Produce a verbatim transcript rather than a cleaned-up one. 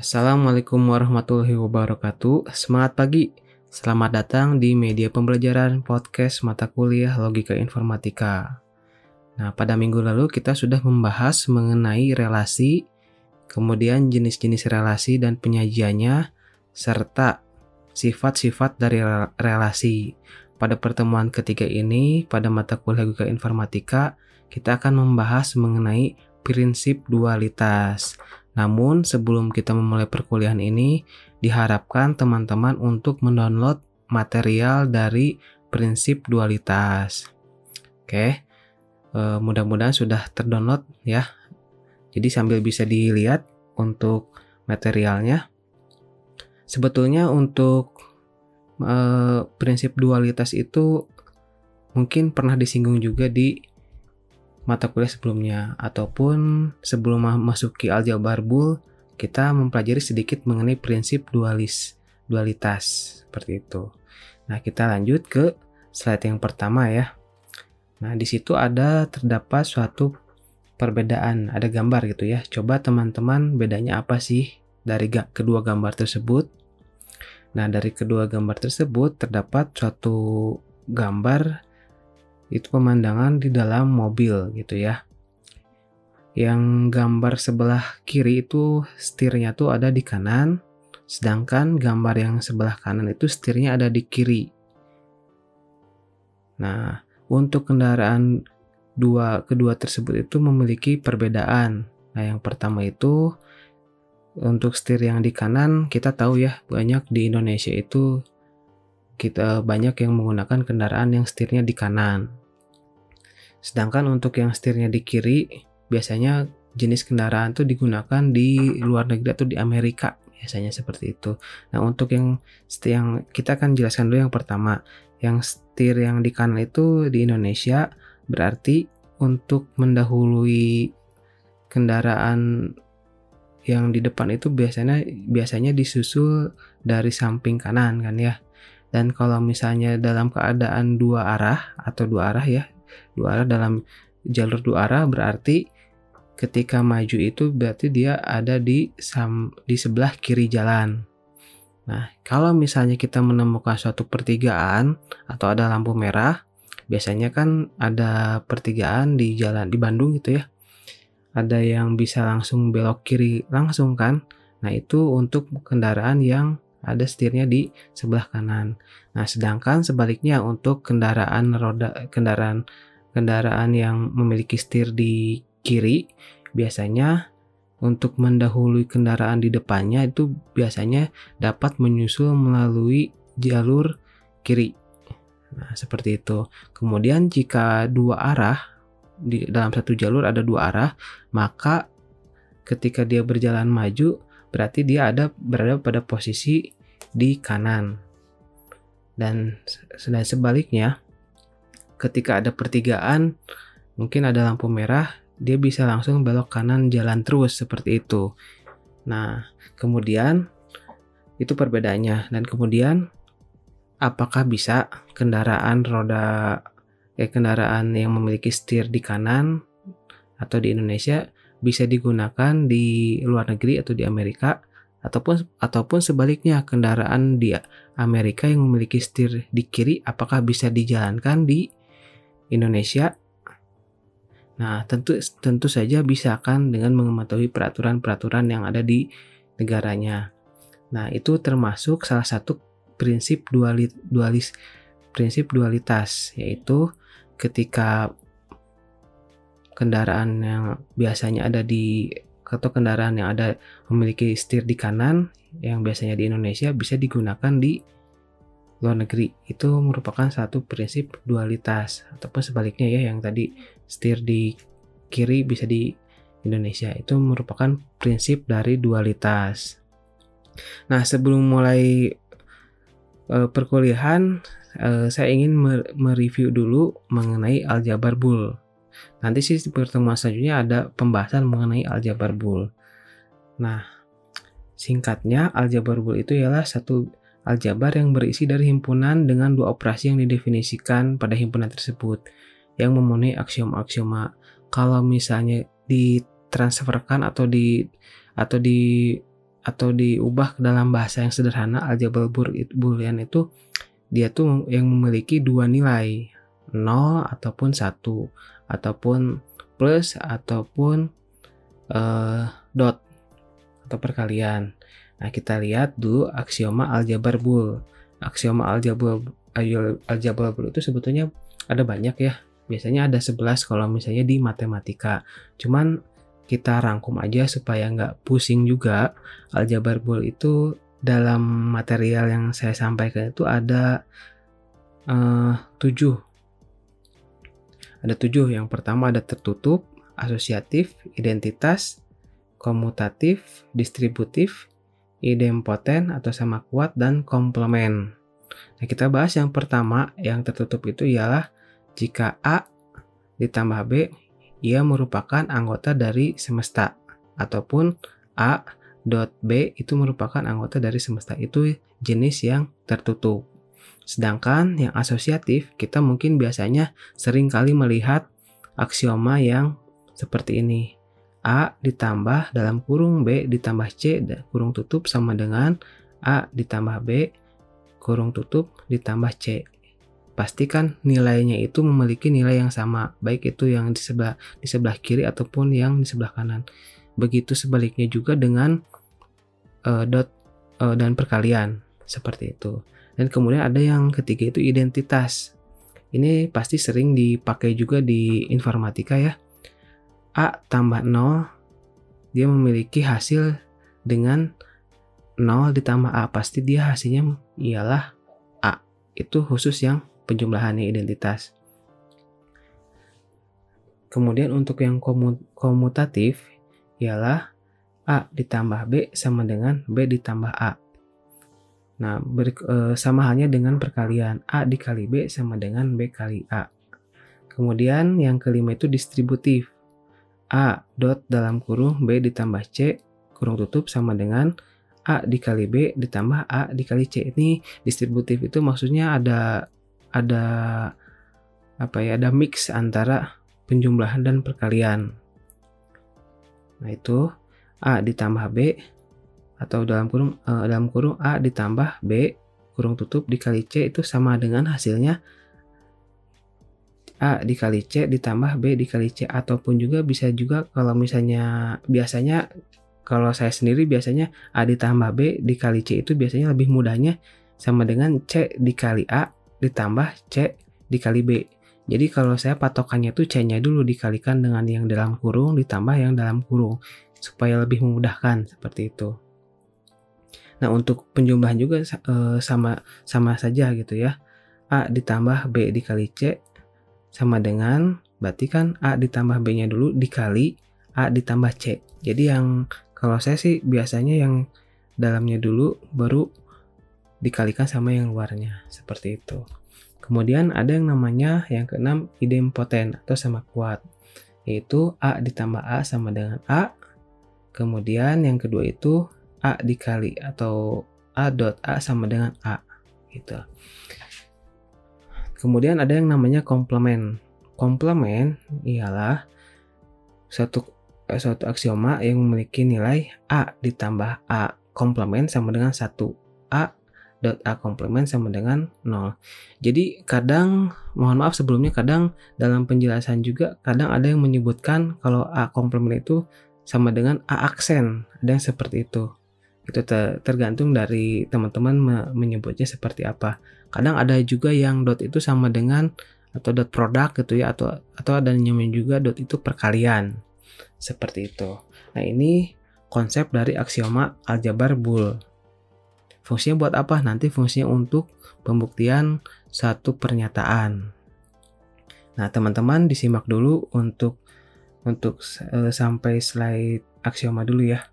Assalamualaikum warahmatullahi wabarakatuh. Semangat pagi. Selamat datang di media pembelajaran podcast mata kuliah Logika Informatika. Nah, pada minggu lalu kita sudah membahas mengenai relasi, kemudian jenis-jenis relasi dan penyajiannya, serta sifat-sifat dari relasi. Pada pertemuan ketiga ini, pada mata kuliah Logika Informatika, kita akan membahas mengenai prinsip dualitas. Namun sebelum kita memulai perkuliahan ini, diharapkan teman-teman untuk mendownload material dari prinsip dualitas. Oke, e, mudah-mudahan sudah terdownload ya. Jadi sambil bisa dilihat untuk materialnya. Sebetulnya untuk e, prinsip dualitas itu mungkin pernah disinggung juga di mata kuliah sebelumnya, ataupun sebelum memasuki aljabar bull kita mempelajari sedikit mengenai prinsip dualis dualitas seperti itu. Nah, kita lanjut ke slide yang pertama ya. Nah, di situ ada terdapat suatu perbedaan, ada gambar gitu ya. Coba teman-teman bedanya apa sih dari ga- kedua gambar tersebut? Nah, dari kedua gambar tersebut terdapat suatu gambar itu pemandangan di dalam mobil gitu ya. Yang gambar sebelah kiri itu setirnya tuh ada di kanan, sedangkan gambar yang sebelah kanan itu setirnya ada di kiri. Nah, untuk kendaraan dua kedua tersebut itu memiliki perbedaan. Nah, yang pertama itu untuk setir yang di kanan, kita tahu ya, banyak di Indonesia itu kita banyak yang menggunakan kendaraan yang setirnya di kanan. Sedangkan untuk yang setirnya di kiri, biasanya jenis kendaraan itu digunakan di luar negeri atau di Amerika, biasanya seperti itu. Nah, untuk yang setir yang kita akan jelaskan dulu yang pertama. Yang setir yang di kanan itu di Indonesia berarti untuk mendahului kendaraan yang di depan itu biasanya biasanya disusul dari samping kanan kan ya. Dan kalau misalnya dalam keadaan dua arah atau dua arah ya, dua arah dalam jalur dua arah berarti ketika maju itu berarti dia ada di sam, di sebelah kiri jalan. Nah, kalau misalnya kita menemukan suatu pertigaan atau ada lampu merah, biasanya kan ada pertigaan di jalan di Bandung gitu ya. Ada yang bisa langsung belok kiri langsung kan. Nah, itu untuk kendaraan yang ada setirnya di sebelah kanan. Nah, sedangkan sebaliknya untuk kendaraan roda kendaraan kendaraan yang memiliki setir di kiri, biasanya untuk mendahului kendaraan di depannya itu biasanya dapat menyusul melalui jalur kiri. Nah, seperti itu. Kemudian jika dua arah di dalam satu jalur ada dua arah, maka ketika dia berjalan maju berarti dia ada berada pada posisi di kanan. Dan dan sebaliknya, ketika ada pertigaan, mungkin ada lampu merah, dia bisa langsung belok kanan jalan terus seperti itu. Nah, kemudian itu perbedaannya. Dan kemudian apakah bisa kendaraan roda eh kendaraan yang memiliki setir di kanan atau di Indonesia bisa digunakan di luar negeri atau di Amerika, ataupun ataupun sebaliknya kendaraan di Amerika yang memiliki setir di kiri apakah bisa dijalankan di Indonesia? Nah, tentu tentu saja bisa kan dengan mengetahui peraturan-peraturan yang ada di negaranya. Nah, itu termasuk salah satu prinsip dualis, dualis prinsip dualitas, yaitu ketika kendaraan yang biasanya ada di atau kendaraan yang ada memiliki setir di kanan yang biasanya di Indonesia bisa digunakan di luar negeri. Itu merupakan satu prinsip dualitas, ataupun sebaliknya ya, yang tadi setir di kiri bisa di Indonesia, itu merupakan prinsip dari dualitas. Nah, sebelum mulai e, perkuliahan e, saya ingin mereview dulu mengenai aljabar bull. Nanti sih di pertemuan selanjutnya ada pembahasan mengenai aljabar bull. Nah, singkatnya aljabar bull itu ialah satu aljabar yang berisi dari himpunan dengan dua operasi yang didefinisikan pada himpunan tersebut yang memenuhi aksioma-aksioma. Kalau misalnya ditransferkan atau di atau di atau diubah ke dalam bahasa yang sederhana, aljabar boolean itu dia tuh yang memiliki dua nilai, nol ataupun satu, ataupun plus ataupun uh, dot atau perkalian. Nah, kita lihat dulu aksioma aljabar bool. Aksioma aljabar aljabar bool itu sebetulnya ada banyak ya. Biasanya ada sebelas kalau misalnya di matematika. Cuman kita rangkum aja supaya nggak pusing juga. Aljabar bool itu dalam material yang saya sampaikan itu ada uh, tujuh. Ada tujuh. Yang pertama ada tertutup, asosiatif, identitas, komutatif, distributif, idempoten atau sama kuat, dan komplement. Nah, kita bahas yang pertama, yang tertutup itu ialah jika A ditambah B, ia merupakan anggota dari semesta, ataupun A dot B itu merupakan anggota dari semesta. Itu jenis yang tertutup. Sedangkan yang asosiatif, kita mungkin biasanya sering kali melihat aksioma yang seperti ini. A ditambah dalam kurung B ditambah C kurung tutup sama dengan A ditambah B kurung tutup ditambah C. Pastikan nilainya itu memiliki nilai yang sama, baik itu yang di sebelah di sebelah kiri ataupun yang di sebelah kanan. Begitu sebaliknya juga dengan uh, dot uh, dan perkalian, seperti itu. Dan kemudian ada yang ketiga itu identitas. Ini pasti sering dipakai juga di informatika ya. A tambah nol, dia memiliki hasil dengan nol ditambah A. Pasti dia hasilnya ialah A. Itu khusus yang penjumlahannya identitas. Kemudian untuk yang komutatif ialah A ditambah B sama dengan B ditambah A. Nah, ber, e, sama halnya dengan perkalian. A dikali B sama dengan B kali A. Kemudian yang kelima itu distributif. A dot dalam kurung B ditambah C kurung tutup sama dengan A dikali B ditambah A dikali C. Ini distributif itu maksudnya ada ada apa ya, ada mix antara penjumlahan dan perkalian. Nah, itu A ditambah B atau dalam kurung eh, dalam kurung A ditambah B kurung tutup dikali C itu sama dengan hasilnya A dikali C ditambah B dikali C. Ataupun juga bisa juga kalau misalnya biasanya kalau saya sendiri biasanya A ditambah B dikali C itu biasanya lebih mudahnya sama dengan C dikali A ditambah C dikali B. Jadi kalau saya patokannya tuh C-nya dulu dikalikan dengan yang dalam kurung ditambah yang dalam kurung supaya lebih memudahkan seperti itu. Nah, untuk penjumlahan juga e, sama sama saja gitu ya. A ditambah B dikali C sama dengan, berarti kan A ditambah B-nya dulu dikali A ditambah C. Jadi yang kalau saya sih biasanya yang dalamnya dulu baru dikalikan sama yang luarnya, seperti itu. Kemudian ada yang namanya yang keenam idempoten atau sama kuat, yaitu A ditambah A sama dengan A. Kemudian yang kedua itu A dikali atau A dot A sama dengan A gitu. Kemudian ada yang namanya komplement. Komplement ialah suatu eh, suatu aksioma yang memiliki nilai A ditambah A komplement sama dengan satu. A dot A komplement sama dengan nol. Jadi kadang, mohon maaf sebelumnya, kadang dalam penjelasan juga kadang ada yang menyebutkan kalau A komplement itu sama dengan A aksen. Ada yang seperti itu. Itu tergantung dari teman-teman menyebutnya seperti apa. Kadang ada juga yang dot itu sama dengan atau dot produk gitu ya, atau atau ada yang juga dot itu perkalian. Seperti itu. Nah, ini konsep dari aksioma aljabar bool. Fungsinya buat apa? Nanti fungsinya untuk pembuktian satu pernyataan. Nah, teman-teman disimak dulu untuk untuk uh, sampai slide aksioma dulu ya.